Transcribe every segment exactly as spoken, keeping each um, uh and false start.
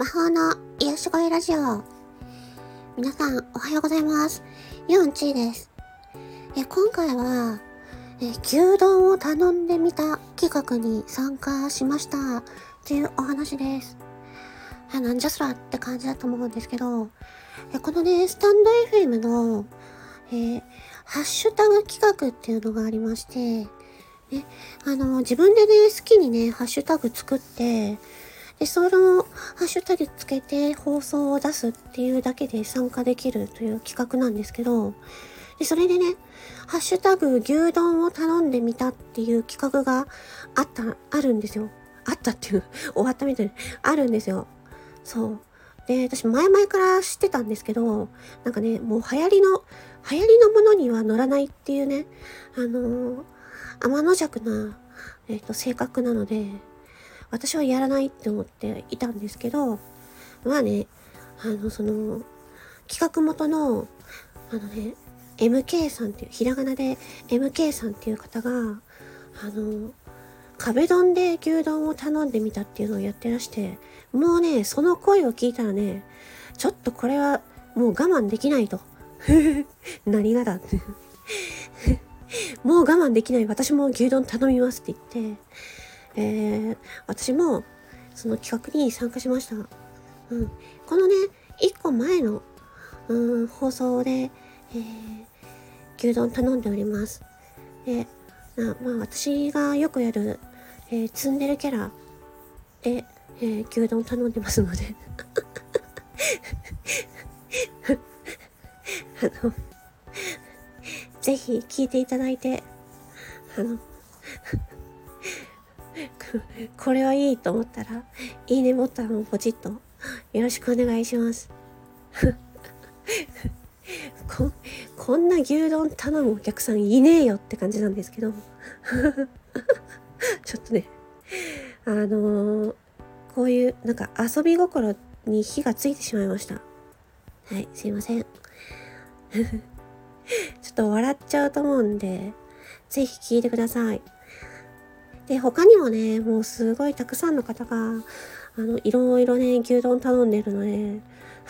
法の癒し声ラジオ。皆さんおはようございます。ユンチーです。え今回はえ牛丼を頼んでみた企画に参加しましたっていうお話です。あなんじゃそらって感じだと思うんですけど、えこのねスタンド エフエム の、えー、ハッシュタグ企画っていうのがありまして、ね、あの自分でね好きにねハッシュタグ作ってで、そのハッシュタグつけて放送を出すっていうだけで参加できるという企画なんですけど、で、それでね、ハッシュタグ牛丼を頼んでみたっていう企画があった、あるんですよ。あったっていう、終わったみたいに、あるんですよ。そう。で、私前々から知ってたんですけど、なんかね、もう流行りの、流行りのものには乗らないっていうね、あのー、天の弱な、えっと、性格なので、私はやらないって思っていたんですけど、まあね、あの、その、企画元の、あのね、エムケー さんっていう、ひらがなで エムケー さんっていう方が、あの、壁ドンで牛丼を頼んでみたっていうのをやってらして、もうね、その声を聞いたらね、ちょっとこれはもう我慢できないと。何がだって。もう我慢できない。私も牛丼頼みますって言って、えー、私もその企画に参加しました。うん、このね、一個前の、うん、放送で、えー、牛丼頼んでおります。で、なまあ私がよくやる、えー、ツンデレキャラで、えー、牛丼頼んでますのであの、ぜひ聞いていただいて、あの、これはいいと思ったらいいねボタンをポチッとよろしくお願いしますこ, こんな牛丼頼むお客さんいねえよって感じなんですけどちょっとねあのー、こういうなんか遊び心に火がついてしまいました。はいすいませんちょっと笑っちゃうと思うんでぜひ聞いてください。で、他にもね、もうすごいたくさんの方が、あの、いろいろね、牛丼頼んでるので、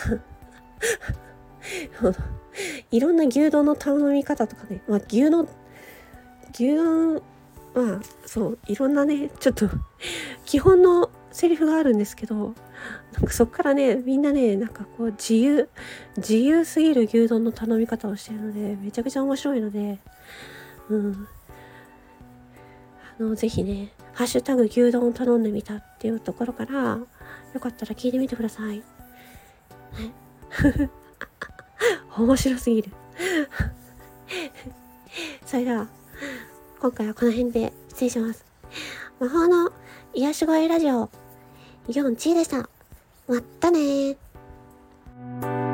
いろんな牛丼の頼み方とかね、まあ、牛丼、牛丼、まあ、そう、いろんなね、ちょっと、基本のセリフがあるんですけど、なんかそっからね、みんなね、なんかこう、自由、自由すぎる牛丼の頼み方をしてるので、めちゃくちゃ面白いので、うん。あのぜひね、ハッシュタグ牛丼を頼んでみたっていうところから、よかったら聞いてみてください。ね、面白すぎる。それでは、今回はこの辺で失礼します。魔法の癒し声ラジオ、ヨンチーでした。まったねー。